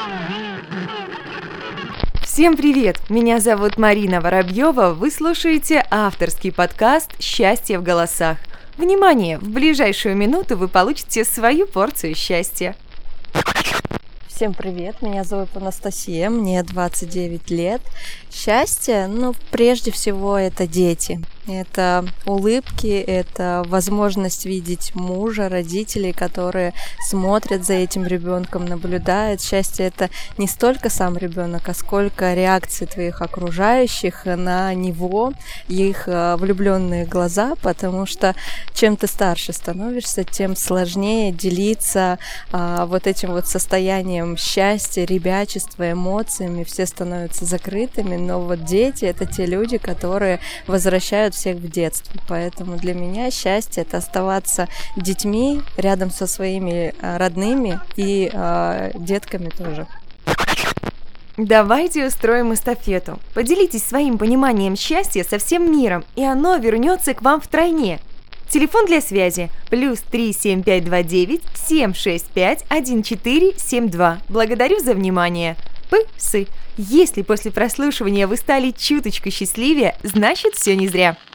Всем привет! Меня зовут Марина Воробьева. Вы слушаете авторский подкаст «Счастье в голосах». Внимание! В ближайшую минуту вы получите свою порцию счастья. Всем привет, меня зовут Анастасия, мне 29 лет. Счастье, прежде всего, это дети. Это улыбки, это возможность видеть мужа, родителей, которые смотрят за этим ребенком, наблюдают. Счастье — это не столько сам ребенок, а сколько реакции твоих окружающих на него, их влюбленные глаза, потому что чем ты старше становишься, тем сложнее делиться вот этим вот состоянием счастья, ребячества, эмоциями. Все становятся закрытыми, но вот дети — это те люди, которые возвращают всех в детство. Поэтому для меня счастье — это оставаться детьми рядом со своими родными и детками тоже. Давайте устроим эстафету. Поделитесь своим пониманием счастья со всем миром, и оно вернется к вам втройне. Телефон для связи +3 7529 765 1472. Благодарю за внимание. Псы. Если после прослушивания вы стали чуточку счастливее, значит все не зря.